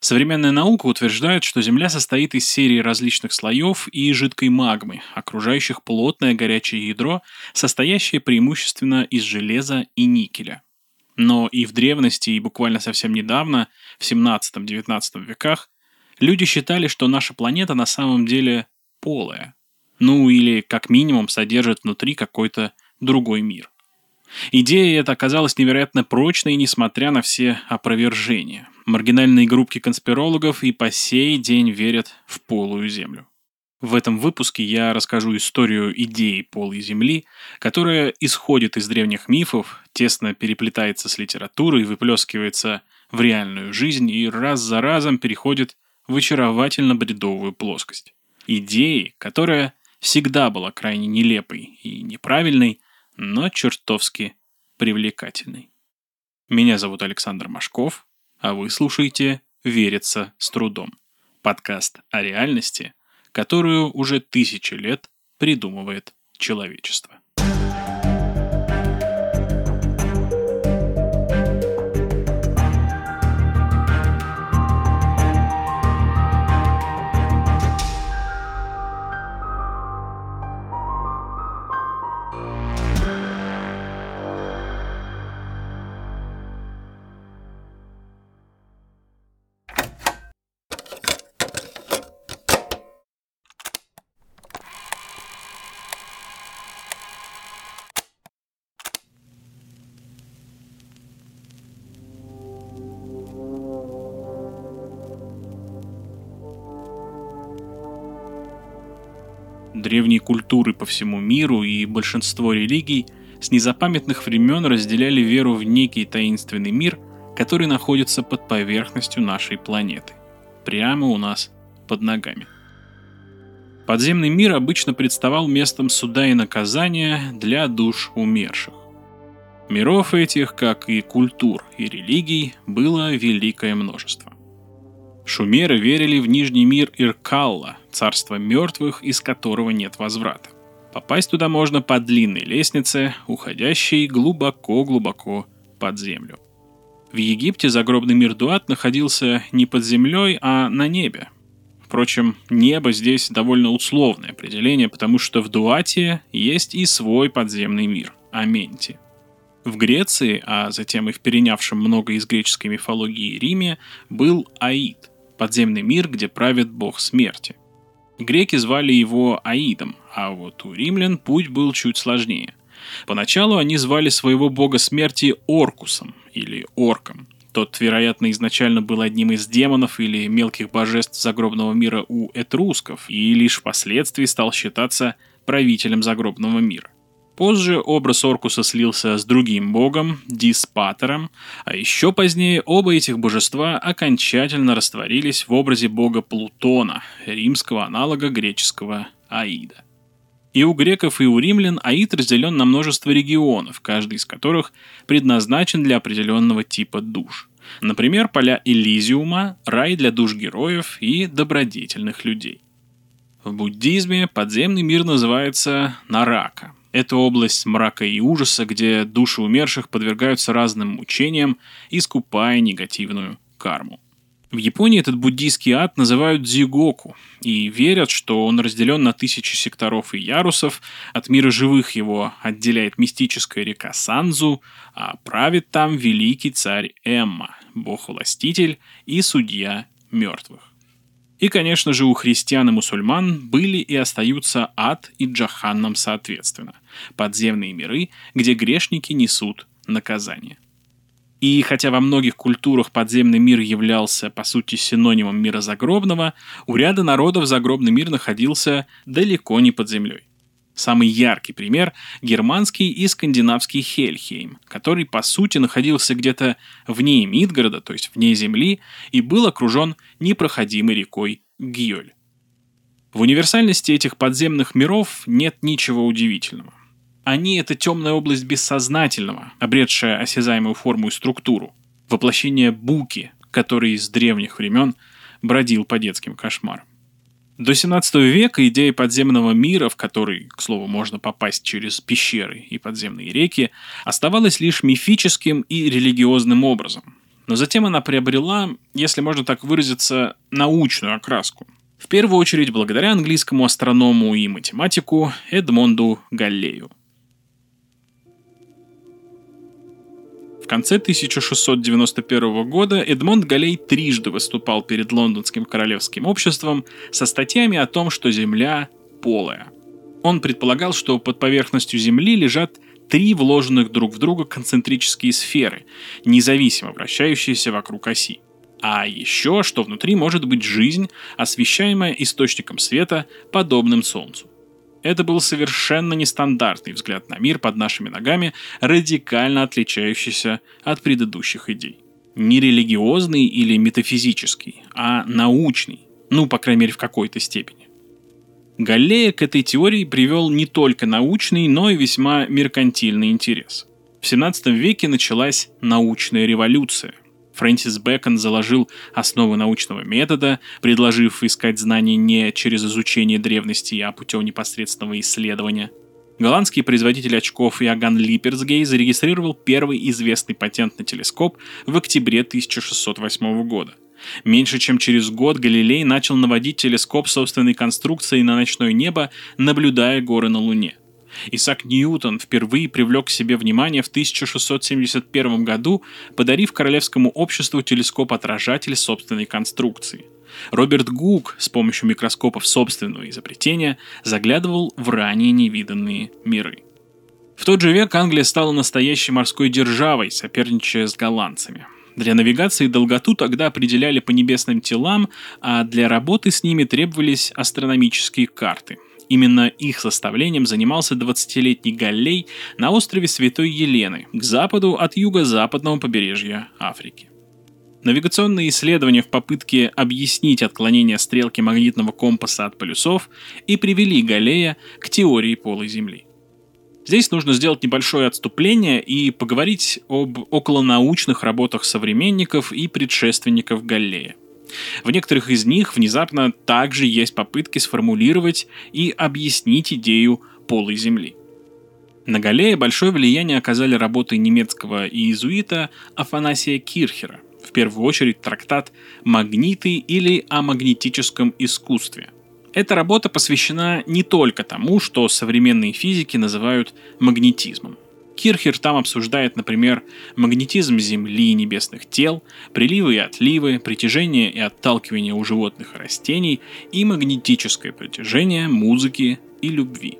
Современная наука утверждает, что Земля состоит из серии различных слоев и жидкой магмы, окружающих плотное горячее ядро, состоящее преимущественно из железа и никеля. Но и в древности, и буквально совсем недавно, в 17-19 веках, люди считали, что наша планета на самом деле полая. Ну или как минимум содержит внутри какой-то другой мир. Идея эта оказалась невероятно прочной, несмотря на все опровержения. Маргинальные группки конспирологов и по сей день верят в полую Землю. В этом выпуске я расскажу историю идеи полой Земли, которая исходит из древних мифов, тесно переплетается с литературой, выплескивается в реальную жизнь и раз за разом переходит в очаровательно-бредовую плоскость. Идеи, которая всегда была крайне нелепой и неправильной, но чертовски привлекательной. Меня зовут Александр Машков, а вы слушаете «Верится с трудом» – подкаст о реальности, которую уже 1000 лет придумывает человечество. Древние культуры по всему миру и большинство религий с незапамятных времен разделяли веру в некий таинственный мир, который находится под поверхностью нашей планеты, прямо у нас под ногами. Подземный мир обычно представал местом суда и наказания для душ умерших. Миров этих, как и культур и религий, было великое множество. Шумеры верили в нижний мир Иркалла, царство мертвых, из которого нет возврата. Попасть туда можно по длинной лестнице, уходящей глубоко-глубоко под землю. В Египте загробный мир Дуат находился не под землей, а на небе. Впрочем, небо здесь довольно условное определение, потому что в Дуате есть и свой подземный мир – Аменти. В Греции, а затем и в перенявшем много из греческой мифологии Риме, был Аид – подземный мир, где правит бог смерти. Греки звали его Аидом, а вот у римлян путь был чуть сложнее. Поначалу они звали своего бога смерти Оркусом или Орком. Тот, вероятно, изначально был одним из демонов или мелких божеств загробного мира у этрусков и лишь впоследствии стал считаться правителем загробного мира. Позже образ Оркуса слился с другим богом, Диспатором, а еще позднее оба этих божества окончательно растворились в образе бога Плутона, римского аналога греческого Аида. И у греков, и у римлян Аид разделен на множество регионов, каждый из которых предназначен для определенного типа душ. Например, поля Элизиума, рай для душ героев и добродетельных людей. В буддизме подземный мир называется Нарака. Это область мрака и ужаса, где души умерших подвергаются разным мучениям, искупая негативную карму. В Японии этот буддийский ад называют дзигоку и верят, что он разделен на 1000 секторов и ярусов, от мира живых его отделяет мистическая река Сандзу, а правит там великий царь Эмма, бог-властитель и судья мертвых. И, конечно же, у христиан и мусульман были и остаются ад и джаханнам соответственно, подземные миры, где грешники несут наказание. И хотя во многих культурах подземный мир являлся, по сути, синонимом мира загробного, у ряда народов загробный мир находился далеко не под землей. Самый яркий пример – германский и скандинавский Хельхейм, который, по сути, находился где-то вне Мидгарда, то есть вне земли, и был окружен непроходимой рекой Гьёль. В универсальности этих подземных миров нет ничего удивительного. Они – это темная область бессознательного, обретшая осязаемую форму и структуру, воплощение Буки, который с древних времен бродил по детским кошмарам. До 17 века идея подземного мира, в который, к слову, можно попасть через пещеры и подземные реки, оставалась лишь мифическим и религиозным образом. Но затем она приобрела, если можно так выразиться, научную окраску. В первую очередь благодаря английскому астроному и математику Эдмонду Галлею. В конце 1691 года Эдмонд Галлей трижды выступал перед Лондонским королевским обществом со статьями о том, что Земля полая. Он предполагал, что под поверхностью Земли лежат 3 вложенных друг в друга концентрические сферы, независимо вращающиеся вокруг оси. А еще, что внутри может быть жизнь, освещаемая источником света, подобным Солнцу. Это был совершенно нестандартный взгляд на мир под нашими ногами, радикально отличающийся от предыдущих идей. Не религиозный или метафизический, а научный, по крайней мере в какой-то степени. Галлея к этой теории привел не только научный, но и весьма меркантильный интерес. В 17 веке началась научная революция. Фрэнсис Бэкон заложил основы научного метода, предложив искать знания не через изучение древности, а путем непосредственного исследования. Голландский производитель очков Иоганн Липерсгей зарегистрировал первый известный патент на телескоп в октябре 1608 года. Меньше чем через год Галилей начал наводить телескоп собственной конструкцией на ночное небо, наблюдая горы на Луне. Исаак Ньютон впервые привлек к себе внимание в 1671 году, подарив Королевскому обществу телескоп-отражатель собственной конструкции. Роберт Гук с помощью микроскопов собственного изобретения заглядывал в ранее невиданные миры. В тот же век Англия стала настоящей морской державой, соперничая с голландцами. Для навигации долготу тогда определяли по небесным телам, а для работы с ними требовались астрономические карты. Именно их составлением занимался 20-летний Галлей на острове Святой Елены, к западу от юго-западного побережья Африки. Навигационные исследования в попытке объяснить отклонение стрелки магнитного компаса от полюсов и привели Галлея к теории полой Земли. Здесь нужно сделать небольшое отступление и поговорить об околонаучных работах современников и предшественников Галлея. В некоторых из них внезапно также есть попытки сформулировать и объяснить идею полой Земли. На Галлея большое влияние оказали работы немецкого иезуита Афанасия Кирхера, в первую очередь трактат «Магниты» или о магнетическом искусстве. Эта работа посвящена не только тому, что современные физики называют магнетизмом. Кирхер там обсуждает, например, магнетизм Земли и небесных тел, приливы и отливы, притяжение и отталкивание у животных и растений и магнетическое притяжение музыки и любви.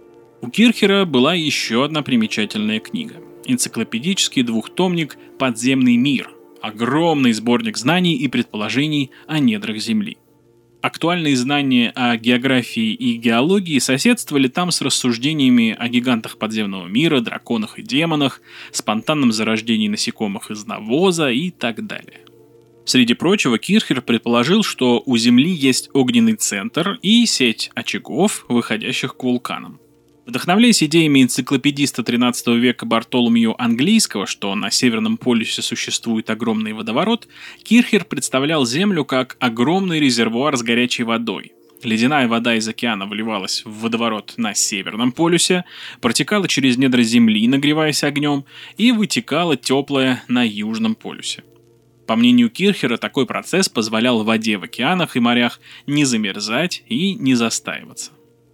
У Кирхера была еще одна примечательная книга – энциклопедический двухтомник «Подземный мир», огромный сборник знаний и предположений о недрах Земли. Актуальные знания о географии и геологии соседствовали там с рассуждениями о гигантах подземного мира, драконах и демонах, спонтанном зарождении насекомых из навоза и так далее. Среди прочего, Кирхер предположил, что у Земли есть огненный центр и сеть очагов, выходящих к вулканам. Вдохновляясь идеями энциклопедиста XIII века Бартоломью Английского, что на Северном полюсе существует огромный водоворот, Кирхер представлял Землю как огромный резервуар с горячей водой. Ледяная вода из океана вливалась в водоворот на Северном полюсе, протекала через недра Земли, нагреваясь огнем, и вытекала теплая на Южном полюсе. По мнению Кирхера, такой процесс позволял воде в океанах и морях не замерзать и не застаиваться.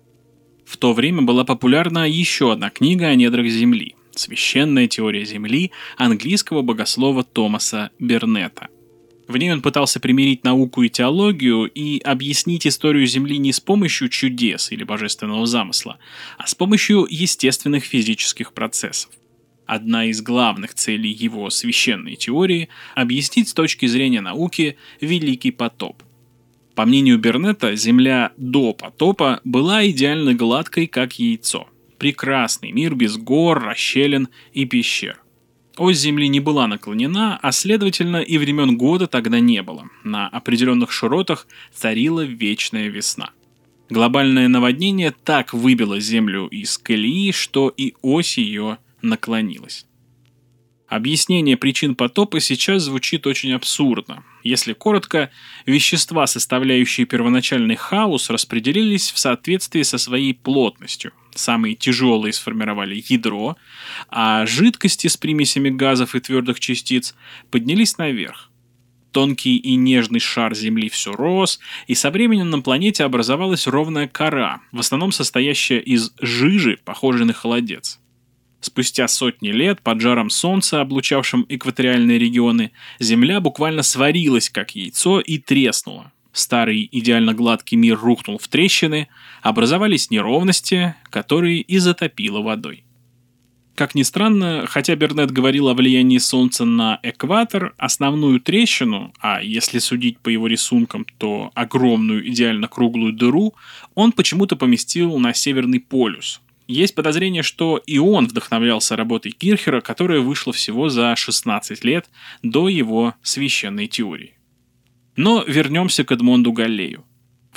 В то время была популярна еще одна книга о недрах Земли – «Священная теория Земли» английского богослова Томаса Бернета. В ней он пытался примирить науку и теологию и объяснить историю Земли не с помощью чудес или божественного замысла, а с помощью естественных физических процессов. Одна из главных целей его священной теории – объяснить с точки зрения науки Великий потоп. По мнению Бернета, Земля до потопа была идеально гладкой, как яйцо. Прекрасный мир без гор, расщелин и пещер. Ось Земли не была наклонена, а следовательно и времен года тогда не было. На определенных широтах царила вечная весна. Глобальное наводнение так выбило Землю из колеи, что и ось ее наклонилась. Объяснение причин потопа сейчас звучит очень абсурдно. Если коротко, вещества, составляющие первоначальный хаос, распределились в соответствии со своей плотностью. Самые тяжелые сформировали ядро, а жидкости с примесями газов и твердых частиц поднялись наверх. Тонкий и нежный шар Земли все рос, и со временем на планете образовалась ровная кора, в основном состоящая из жижи, похожей на холодец. Спустя сотни лет под жаром Солнца, облучавшим экваториальные регионы, Земля буквально сварилась как яйцо и треснула. Старый идеально гладкий мир рухнул в трещины, образовались неровности, которые и затопило водой. Как ни странно, хотя Бернет говорил о влиянии Солнца на экватор, основную трещину, а если судить по его рисункам, то огромную идеально круглую дыру, он почему-то поместил на Северный полюс. Есть подозрение, что и он вдохновлялся работой Кирхера, которая вышла всего за 16 лет до его священной теории. Но вернемся к Эдмонду Галлею. В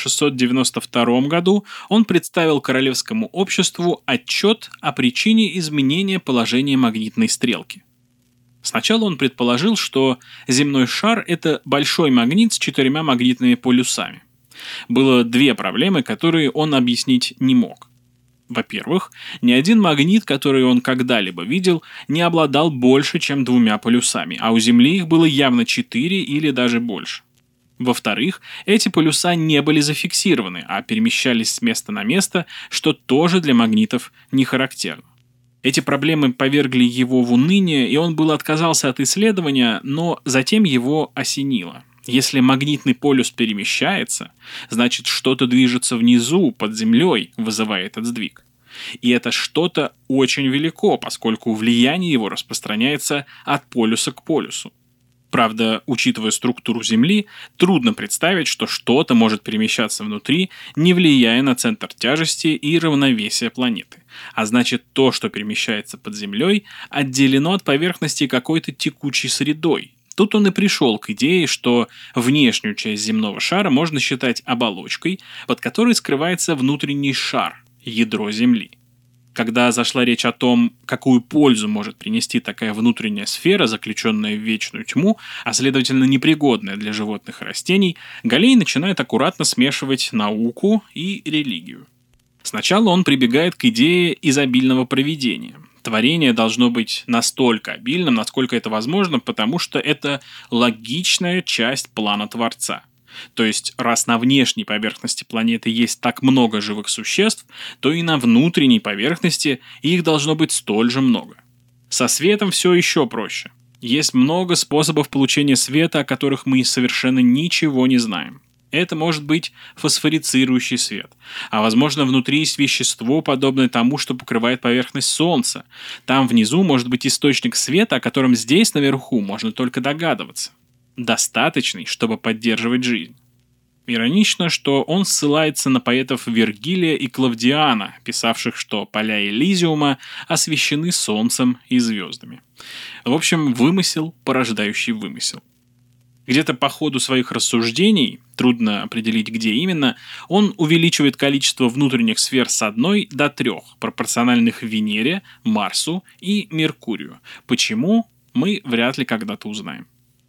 1692 году он представил Королевскому обществу отчет о причине изменения положения магнитной стрелки. Сначала он предположил, что земной шар – это большой магнит с 4 магнитными полюсами. Было две проблемы, которые он объяснить не мог. Во-первых, ни один магнит, который он когда-либо видел, не обладал больше, чем 2 полюсами, а у Земли их было явно 4 или даже больше. Во-вторых, эти полюса не были зафиксированы, а перемещались с места на место, что тоже для магнитов не характерно. Эти проблемы повергли его в уныние, и он было отказался от исследования, но затем его осенило. Если магнитный полюс перемещается, значит что-то движется внизу, под землей, вызывая этот сдвиг. И это что-то очень велико, поскольку влияние его распространяется от полюса к полюсу. Правда, учитывая структуру Земли, трудно представить, что что-то может перемещаться внутри, не влияя на центр тяжести и равновесие планеты. А значит, то, что перемещается под Землей, отделено от поверхности какой-то текучей средой. Тут он и пришел к идее, что внешнюю часть земного шара можно считать оболочкой, под которой скрывается внутренний шар, ядро Земли. Когда зашла речь о том, какую пользу может принести такая внутренняя сфера, заключенная в вечную тьму, а следовательно непригодная для животных и растений, Галлей начинает аккуратно смешивать науку и религию. Сначала он прибегает к идее изобильного провидения. Творение должно быть настолько обильным, насколько это возможно, потому что это логичная часть плана Творца. То есть, раз на внешней поверхности планеты есть так много живых существ, то и на внутренней поверхности их должно быть столь же много. Со светом все еще проще. Есть много способов получения света, о которых мы совершенно ничего не знаем. Это может быть фосфорицирующий свет, а возможно внутри есть вещество, подобное тому, что покрывает поверхность Солнца. Там внизу может быть источник света, о котором здесь наверху можно только догадываться. Достаточный, чтобы поддерживать жизнь. Иронично, что он ссылается на поэтов Вергилия и Клавдиана, писавших, что поля Элизиума освещены солнцем и звездами. В общем, вымысел, порождающий вымысел. Где-то по ходу своих рассуждений, трудно определить где именно, он увеличивает количество внутренних сфер с 1 до 3, пропорциональных Венере, Марсу и Меркурию. Почему, мы вряд ли когда-то узнаем.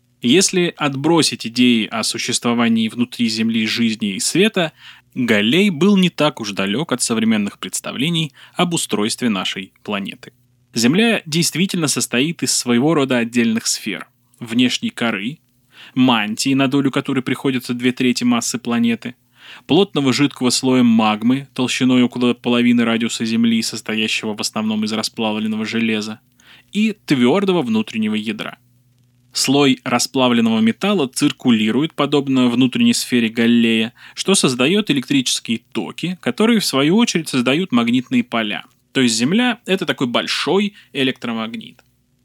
Если отбросить идеи о существовании внутри Земли жизни и света, Галлей был не так уж далек от современных представлений об устройстве нашей планеты. Земля действительно состоит из своего рода отдельных сфер. Внешней коры, мантии, на долю которой приходится 2/3 массы планеты, плотного жидкого слоя магмы толщиной около половины радиуса Земли, состоящего в основном из расплавленного железа, и твердого внутреннего ядра. Слой расплавленного металла циркулирует, подобно внутренней сфере Галлея, что создает электрические токи, которые в свою очередь создают магнитные поля. То есть Земля – это такой большой электромагнит.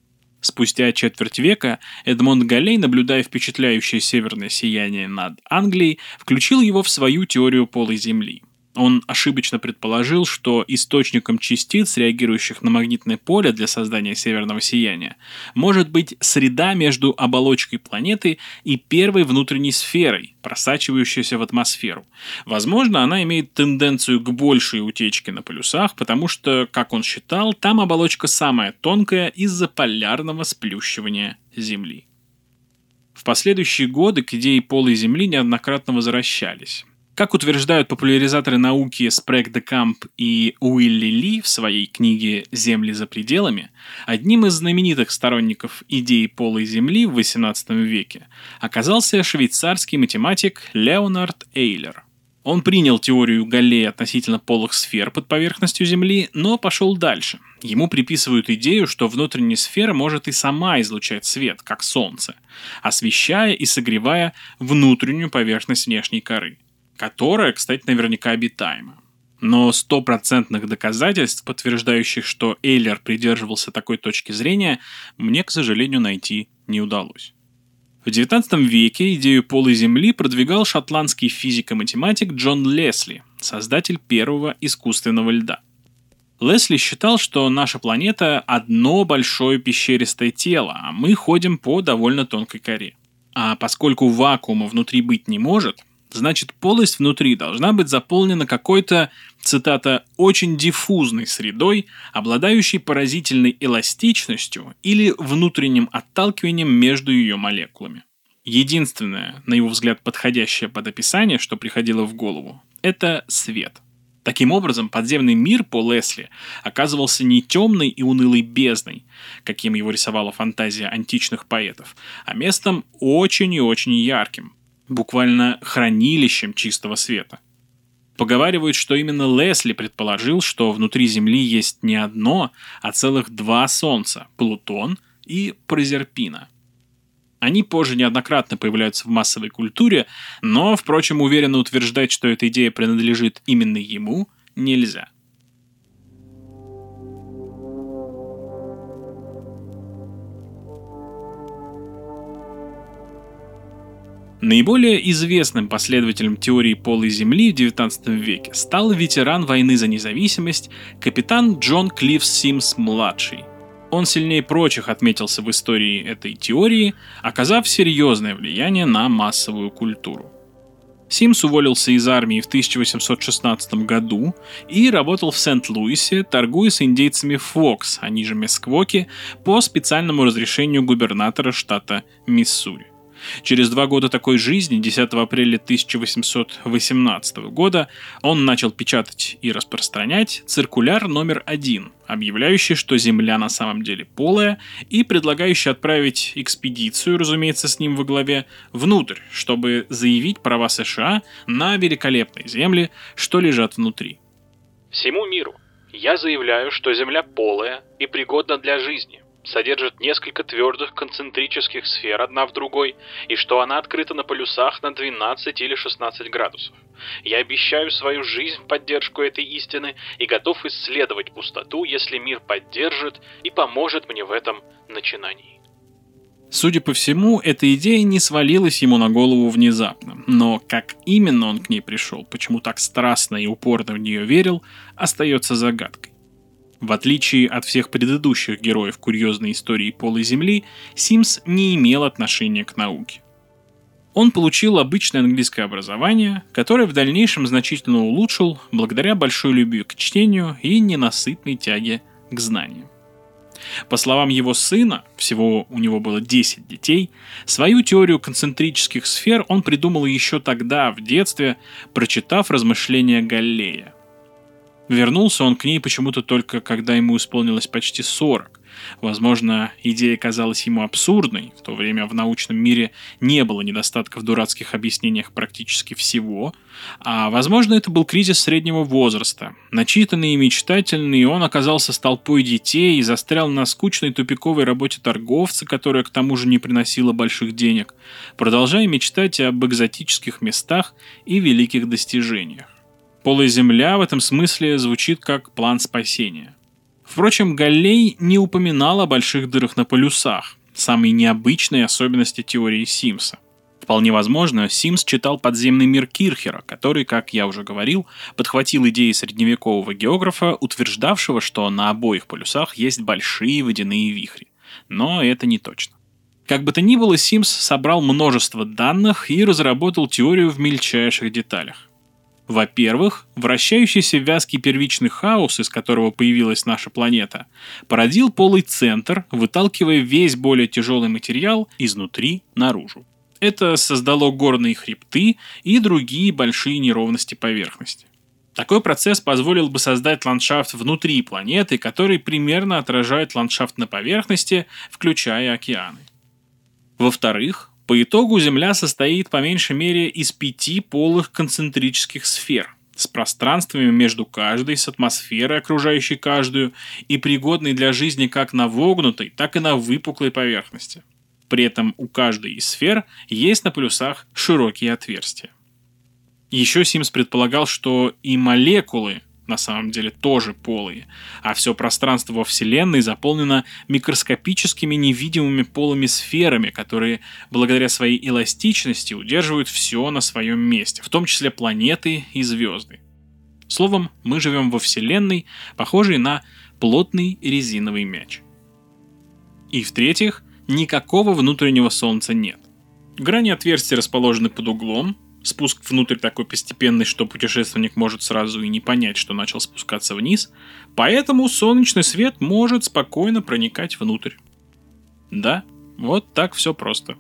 Спустя четверть века Эдмонд Галлей, наблюдая впечатляющее северное сияние над Англией, включил его в свою теорию полой Земли. Он ошибочно предположил, что источником частиц, реагирующих на магнитное поле для создания северного сияния, может быть среда между оболочкой планеты и первой внутренней сферой, просачивающейся в атмосферу. Возможно, она имеет тенденцию к большей утечке на полюсах, потому что, как он считал, там оболочка самая тонкая из-за полярного сплющивания Земли. В последующие годы к идее полой Земли неоднократно возвращались. Как утверждают популяризаторы науки Спрэг де Камп и Уилли Ли в своей книге «Земли за пределами», одним из знаменитых сторонников идеи полой Земли в XVIII веке оказался швейцарский математик Леонард Эйлер. Он принял теорию Галлея относительно полых сфер под поверхностью Земли, но пошел дальше. Ему приписывают идею, что внутренняя сфера может и сама излучать свет, как Солнце, освещая и согревая внутреннюю поверхность внешней коры, которая, кстати, наверняка обитаема. Но стопроцентных доказательств, подтверждающих, что Эйлер придерживался такой точки зрения, мне, к сожалению, найти не удалось. В XIX веке идею полой Земли продвигал шотландский физик и математик Джон Лесли, создатель первого искусственного льда. Лесли считал, что наша планета – одно большое пещеристое тело, а мы ходим по довольно тонкой коре. А поскольку вакуума внутри быть не может, значит, полость внутри должна быть заполнена какой-то, цитата, «очень диффузной средой, обладающей поразительной эластичностью или внутренним отталкиванием между ее молекулами». Единственное, на его взгляд, подходящее под описание, что приходило в голову, это свет. Таким образом, подземный мир по Лесли оказывался не темной и унылой бездной, каким его рисовала фантазия античных поэтов, а местом очень и очень ярким, буквально хранилищем чистого света. Поговаривают, что именно Лесли предположил, что внутри Земли есть не одно, а целых два Солнца – Плутон и Прозерпина. Они позже неоднократно появляются в массовой культуре, но, впрочем, уверенно утверждать, что эта идея принадлежит именно ему, нельзя. Наиболее известным последователем теории полой Земли в XIX веке стал ветеран войны за независимость капитан Джон Клифф Симс-младший. Он сильнее прочих отметился в истории этой теории, оказав серьезное влияние на массовую культуру. Симс уволился из армии в 1816 году и работал в Сент-Луисе, торгуя с индейцами Фокс, они же Месквоки, по специальному разрешению губернатора штата Миссури. Через 2 года такой жизни, 10 апреля 1818 года, он начал печатать и распространять циркуляр номер 1, объявляющий, что Земля на самом деле полая, и предлагающий отправить экспедицию, разумеется, с ним во главе, внутрь, чтобы заявить права США на великолепные земли, что лежат внутри. Всему миру я заявляю, что Земля полая и пригодна для жизни, содержит несколько твердых концентрических сфер одна в другой, и что она открыта на полюсах на 12 или 16 градусов. Я обещаю свою жизнь в поддержку этой истины и готов исследовать пустоту, если мир поддержит и поможет мне в этом начинании. Судя по всему, эта идея не свалилась ему на голову внезапно, но как именно он к ней пришел, почему так страстно и упорно в нее верил, остается загадкой. В отличие от всех предыдущих героев курьезной истории полой Земли, Симс не имел отношения к науке. Он получил обычное английское образование, которое в дальнейшем значительно улучшил благодаря большой любви к чтению и ненасытной тяге к знаниям. По словам его сына, всего у него было 10 детей, свою теорию концентрических сфер он придумал еще тогда, в детстве, прочитав размышления Галлея. Вернулся он к ней почему-то только когда ему исполнилось почти 40. Возможно, идея казалась ему абсурдной, в то время в научном мире не было недостатка в дурацких объяснениях практически всего, а возможно, это был кризис среднего возраста. Начитанный и мечтательный, он оказался с толпой детей и застрял на скучной тупиковой работе торговца, которая к тому же не приносила больших денег, продолжая мечтать об экзотических местах и великих достижениях. Полая Земля в этом смысле звучит как план спасения. Впрочем, Галлей не упоминал о больших дырах на полюсах, самой необычной особенности теории Симса. Вполне возможно, Симс читал «Подземный мир» Кирхера, который, как я уже говорил, подхватил идеи средневекового географа, утверждавшего, что на обоих полюсах есть большие водяные вихри. Но это не точно. Как бы то ни было, Симс собрал множество данных и разработал теорию в мельчайших деталях. Во-первых, вращающийся вязкий первичный хаос, из которого появилась наша планета, породил полый центр, выталкивая весь более тяжелый материал изнутри наружу. Это создало горные хребты и другие большие неровности поверхности. Такой процесс позволил бы создать ландшафт внутри планеты, который примерно отражает ландшафт на поверхности, включая океаны. Во-вторых, по итогу Земля состоит по меньшей мере из 5 полых концентрических сфер, с пространствами между каждой, с атмосферой, окружающей каждую, и пригодной для жизни как на вогнутой, так и на выпуклой поверхности. При этом у каждой из сфер есть на полюсах широкие отверстия. Еще Симс предполагал, что и молекулы на самом деле тоже полые, а все пространство во Вселенной заполнено микроскопическими невидимыми полыми сферами, которые благодаря своей эластичности удерживают все на своем месте, в том числе планеты и звезды. Словом, мы живем во Вселенной, похожей на плотный резиновый мяч. И в-третьих, никакого внутреннего Солнца нет. Грани отверстия расположены под углом. Спуск внутрь такой постепенный, что путешественник может сразу и не понять, что начал спускаться вниз, поэтому солнечный свет может спокойно проникать внутрь. Да, вот так все просто.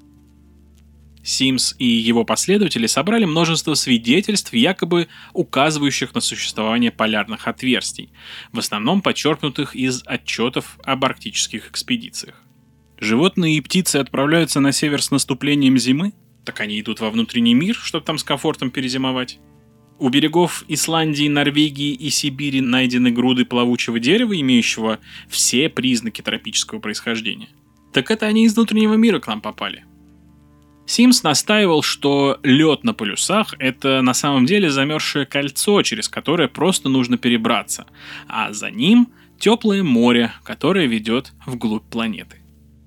Симс и его последователи собрали множество свидетельств, якобы указывающих на существование полярных отверстий, в основном почерпнутых из отчетов об арктических экспедициях. Животные и птицы отправляются на север с наступлением зимы? Так они идут во внутренний мир, чтобы там с комфортом перезимовать. У берегов Исландии, Норвегии и Сибири найдены груды плавучего дерева, имеющего все признаки тропического происхождения. Так это они из внутреннего мира к нам попали. Симс настаивал, что лед на полюсах – это на самом деле замерзшее кольцо, через которое просто нужно перебраться, а за ним теплое море, которое ведет вглубь планеты.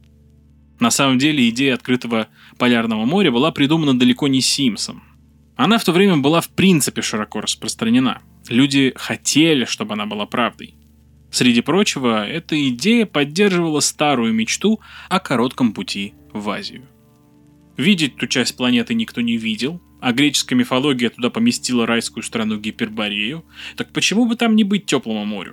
На самом деле идея открытого полярного моря была придумана далеко не Симсом. Она в то время была в принципе широко распространена. Люди хотели, чтобы она была правдой. Среди прочего, эта идея поддерживала старую мечту о коротком пути в Азию. Видеть ту часть планеты никто не видел, а греческая мифология туда поместила райскую страну Гиперборею, так почему бы там не быть теплому морю?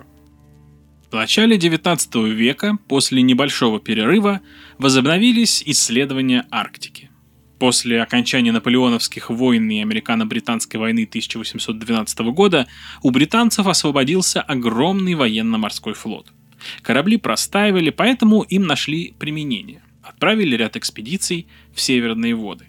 В начале XIX века, после небольшого перерыва, возобновились исследования Арктики. После окончания наполеоновских войн и американо-британской войны 1812 года у британцев освободился огромный военно-морской флот. Корабли простаивали, поэтому им нашли применение. Отправили ряд экспедиций в северные воды.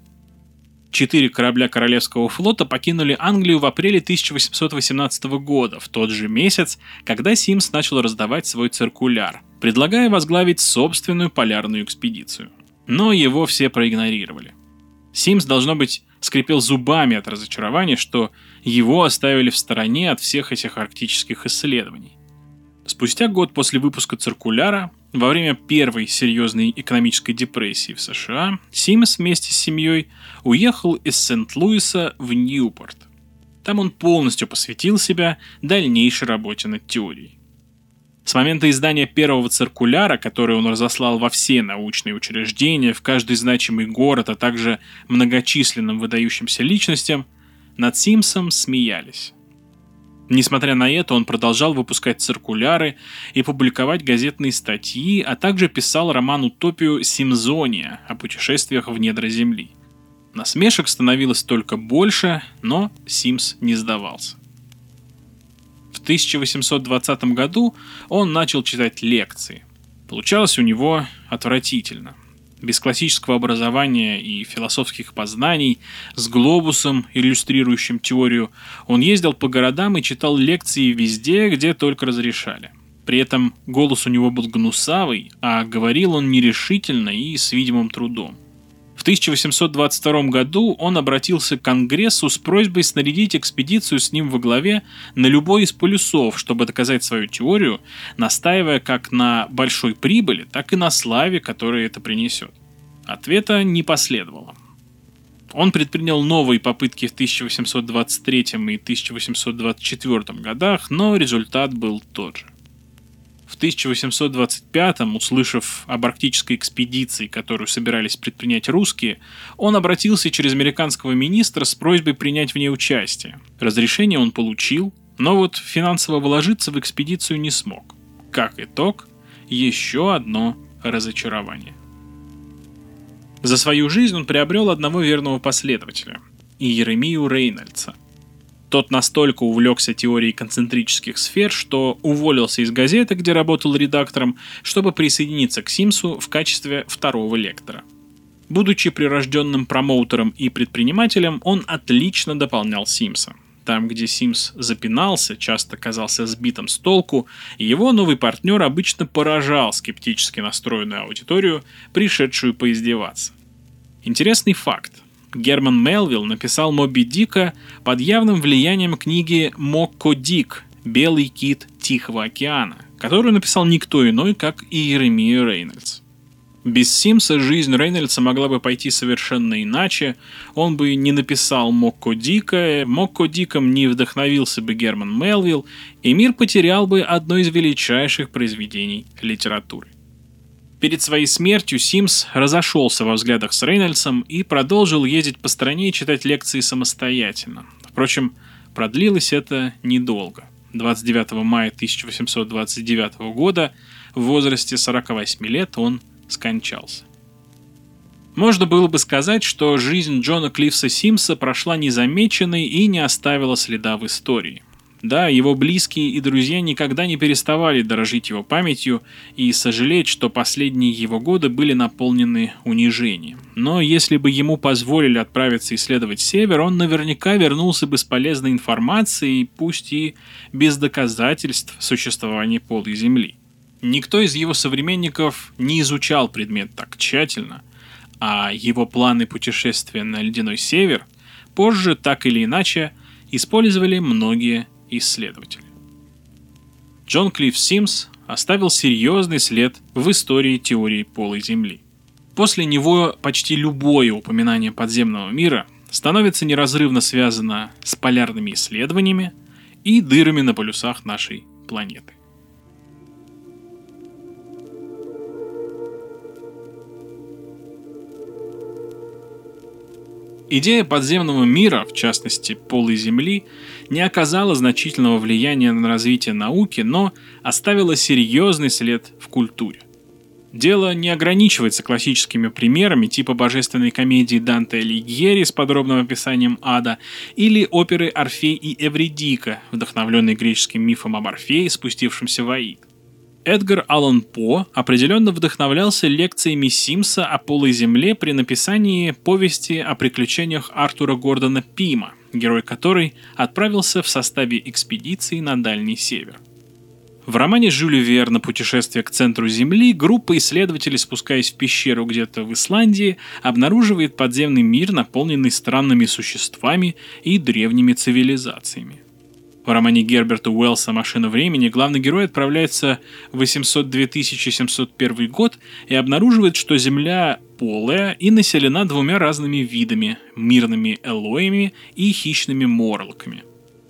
4 корабля Королевского флота покинули Англию в апреле 1818 года, в тот же месяц, когда Симс начал раздавать свой циркуляр, предлагая возглавить собственную полярную экспедицию. Но его все проигнорировали. Симс, должно быть, скрипел зубами от разочарования, что его оставили в стороне от всех этих арктических исследований. Спустя год после выпуска циркуляра, во время первой серьезной экономической депрессии в США, Симс вместе с семьей уехал из Сент-Луиса в Ньюпорт. Там он полностью посвятил себя дальнейшей работе над теорией. С момента издания первого циркуляра, который он разослал во все научные учреждения, в каждый значимый город, а также многочисленным выдающимся личностям, над Симсом смеялись. Несмотря на это, он продолжал выпускать циркуляры и публиковать газетные статьи, а также писал роман-утопию «Симзония» о путешествиях в недра Земли. Насмешек становилось только больше, но Симс не сдавался. В 1820 году он начал читать лекции. Получалось у него отвратительно. Без классического образования и философских познаний, с глобусом, иллюстрирующим теорию, он ездил по городам и читал лекции везде, где только разрешали. При этом голос у него был гнусавый, а говорил он нерешительно и с видимым трудом. В 1822 году он обратился к Конгрессу с просьбой снарядить экспедицию с ним во главе на любой из полюсов, чтобы доказать свою теорию, настаивая как на большой прибыли, так и на славе, которую это принесет. Ответа не последовало. Он предпринял новые попытки в 1823 и 1824 годах, но результат был тот же. В 1825-м, услышав об арктической экспедиции, которую собирались предпринять русские, он обратился через американского министра с просьбой принять в ней участие. Разрешение он получил, но вот финансово вложиться в экспедицию не смог. Как итог, еще одно разочарование. За свою жизнь он приобрел одного верного последователя – Иеремию Рейнольдса. Тот настолько увлекся теорией концентрических сфер, что уволился из газеты, где работал редактором, чтобы присоединиться к Симсу в качестве второго лектора. Будучи прирожденным промоутером и предпринимателем, он отлично дополнял Симса. Там, где Симс запинался, часто казался сбитым с толку, его новый партнер обычно поражал скептически настроенную аудиторию, пришедшую поиздеваться. Интересный факт. Герман Мелвилл написал «Моби Дика» под явным влиянием книги «Мокко Дик. Белый кит Тихого океана», которую написал никто иной, как Иеремия Рейнольдс. Без Симса жизнь Рейнольдса могла бы пойти совершенно иначе, он бы не написал «Мокко Дика», «Мокко Диком» не вдохновился бы Герман Мелвилл, и мир потерял бы одно из величайших произведений литературы. Перед своей смертью Симс разошелся во взглядах с Рейнольдсом и продолжил ездить по стране и читать лекции самостоятельно. Впрочем, продлилось это недолго. 29 мая 1829 года в возрасте 48 лет он скончался. Можно было бы сказать, что жизнь Джона Клиффса Симса прошла незамеченной и не оставила следа в истории. Да, его близкие и друзья никогда не переставали дорожить его памятью и сожалеть, что последние его годы были наполнены унижением. Но если бы ему позволили отправиться исследовать Север, он наверняка вернулся бы с полезной информацией, пусть и без доказательств существования полой Земли. Никто из его современников не изучал предмет так тщательно, а его планы путешествия на ледяной север позже так или иначе использовали многие исследователи. Джон Клифф Симс оставил серьезный след в истории теории полой Земли. После него почти любое упоминание подземного мира становится неразрывно связано с полярными исследованиями и дырами на полюсах нашей планеты. Идея подземного мира, в частности полой Земли, не оказала значительного влияния на развитие науки, но оставила серьезный след в культуре. Дело не ограничивается классическими примерами типа божественной комедии Данте Алигьери с подробным описанием ада или оперы «Орфей и Эвридика», вдохновленной греческим мифом об Орфее, спустившемся в Аид. Эдгар Аллан По определенно вдохновлялся лекциями Симса о полой Земле при написании повести о приключениях Артура Гордона Пима, герой которой отправился в составе экспедиции на Дальний Север. В романе Жюля Верна «Путешествие к центру Земли» группа исследователей, спускаясь в пещеру где-то в Исландии, обнаруживает подземный мир, наполненный странными существами и древними цивилизациями. В романе Герберта Уэллса «Машина времени» главный герой отправляется в 802 701 год и обнаруживает, что Земля полая и населена двумя разными видами – мирными элоями и хищными морлоками.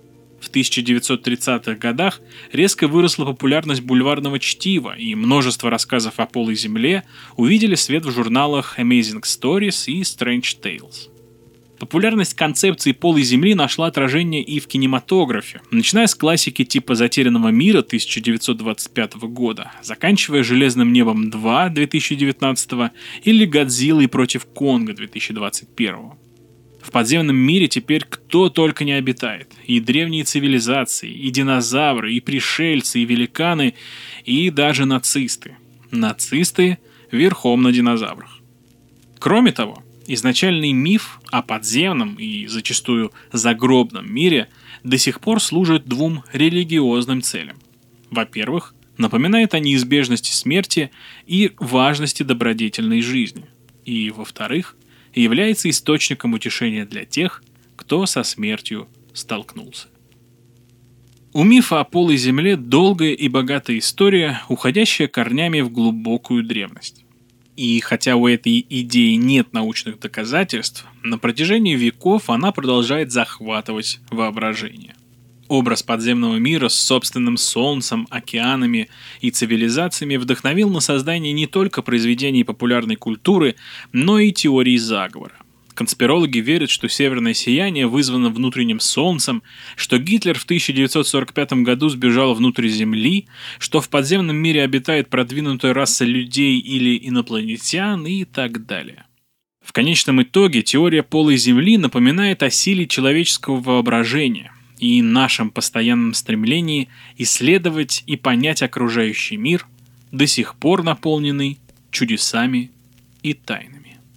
В 1930-х годах резко выросла популярность бульварного чтива, и множество рассказов о полой Земле увидели свет в журналах Amazing Stories и Strange Tales. Популярность концепции полой Земли нашла отражение и в кинематографе, начиная с классики типа «Затерянного мира» 1925 года, заканчивая «Железным небом 2» 2019 или «Годзиллой против Конга» 2021. В подземном мире теперь кто только не обитает. И древние цивилизации, и динозавры, и пришельцы, и великаны, и даже нацисты. Нацисты верхом на динозаврах. Кроме того, изначальный миф о подземном и зачастую загробном мире до сих пор служит двум религиозным целям. Во-первых, напоминает о неизбежности смерти и важности добродетельной жизни. И, во-вторых, является источником утешения для тех, кто со смертью столкнулся. У мифа о полой Земле долгая и богатая история, уходящая корнями в глубокую древность. И хотя у этой идеи нет научных доказательств, на протяжении веков она продолжает захватывать воображение. Образ подземного мира с собственным солнцем, океанами и цивилизациями вдохновил на создание не только произведений популярной культуры, но и теорий заговора. Конспирологи верят, что северное сияние вызвано внутренним солнцем, что Гитлер в 1945 году сбежал внутрь Земли, что в подземном мире обитает продвинутая раса людей или инопланетян и так далее. В конечном итоге теория полой Земли напоминает о силе человеческого воображения и нашем постоянном стремлении исследовать и понять окружающий мир, до сих пор наполненный чудесами и тайнами.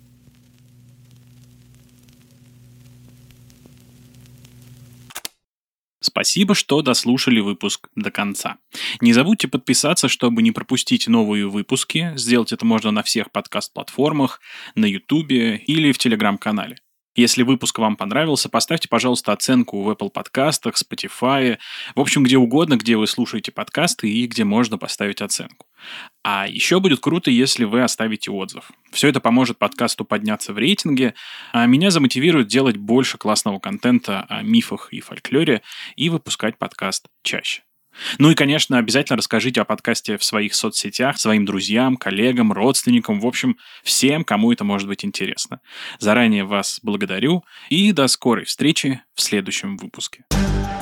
Спасибо, что дослушали выпуск до конца. Не забудьте подписаться, чтобы не пропустить новые выпуски. Сделать это можно на всех подкаст-платформах, на YouTube или в Telegram-канале. Если выпуск вам понравился, поставьте, пожалуйста, оценку в Apple подкастах, Spotify, в общем, где угодно, где вы слушаете подкасты и где можно поставить оценку. А еще будет круто, если вы оставите отзыв. Все это поможет подкасту подняться в рейтинге, а меня замотивирует делать больше классного контента о мифах и фольклоре и выпускать подкаст чаще. Ну и, конечно, обязательно расскажите о подкасте в своих соцсетях своим друзьям, коллегам, родственникам, в общем, всем, кому это может быть интересно. Заранее вас благодарю и до скорой встречи в следующем выпуске.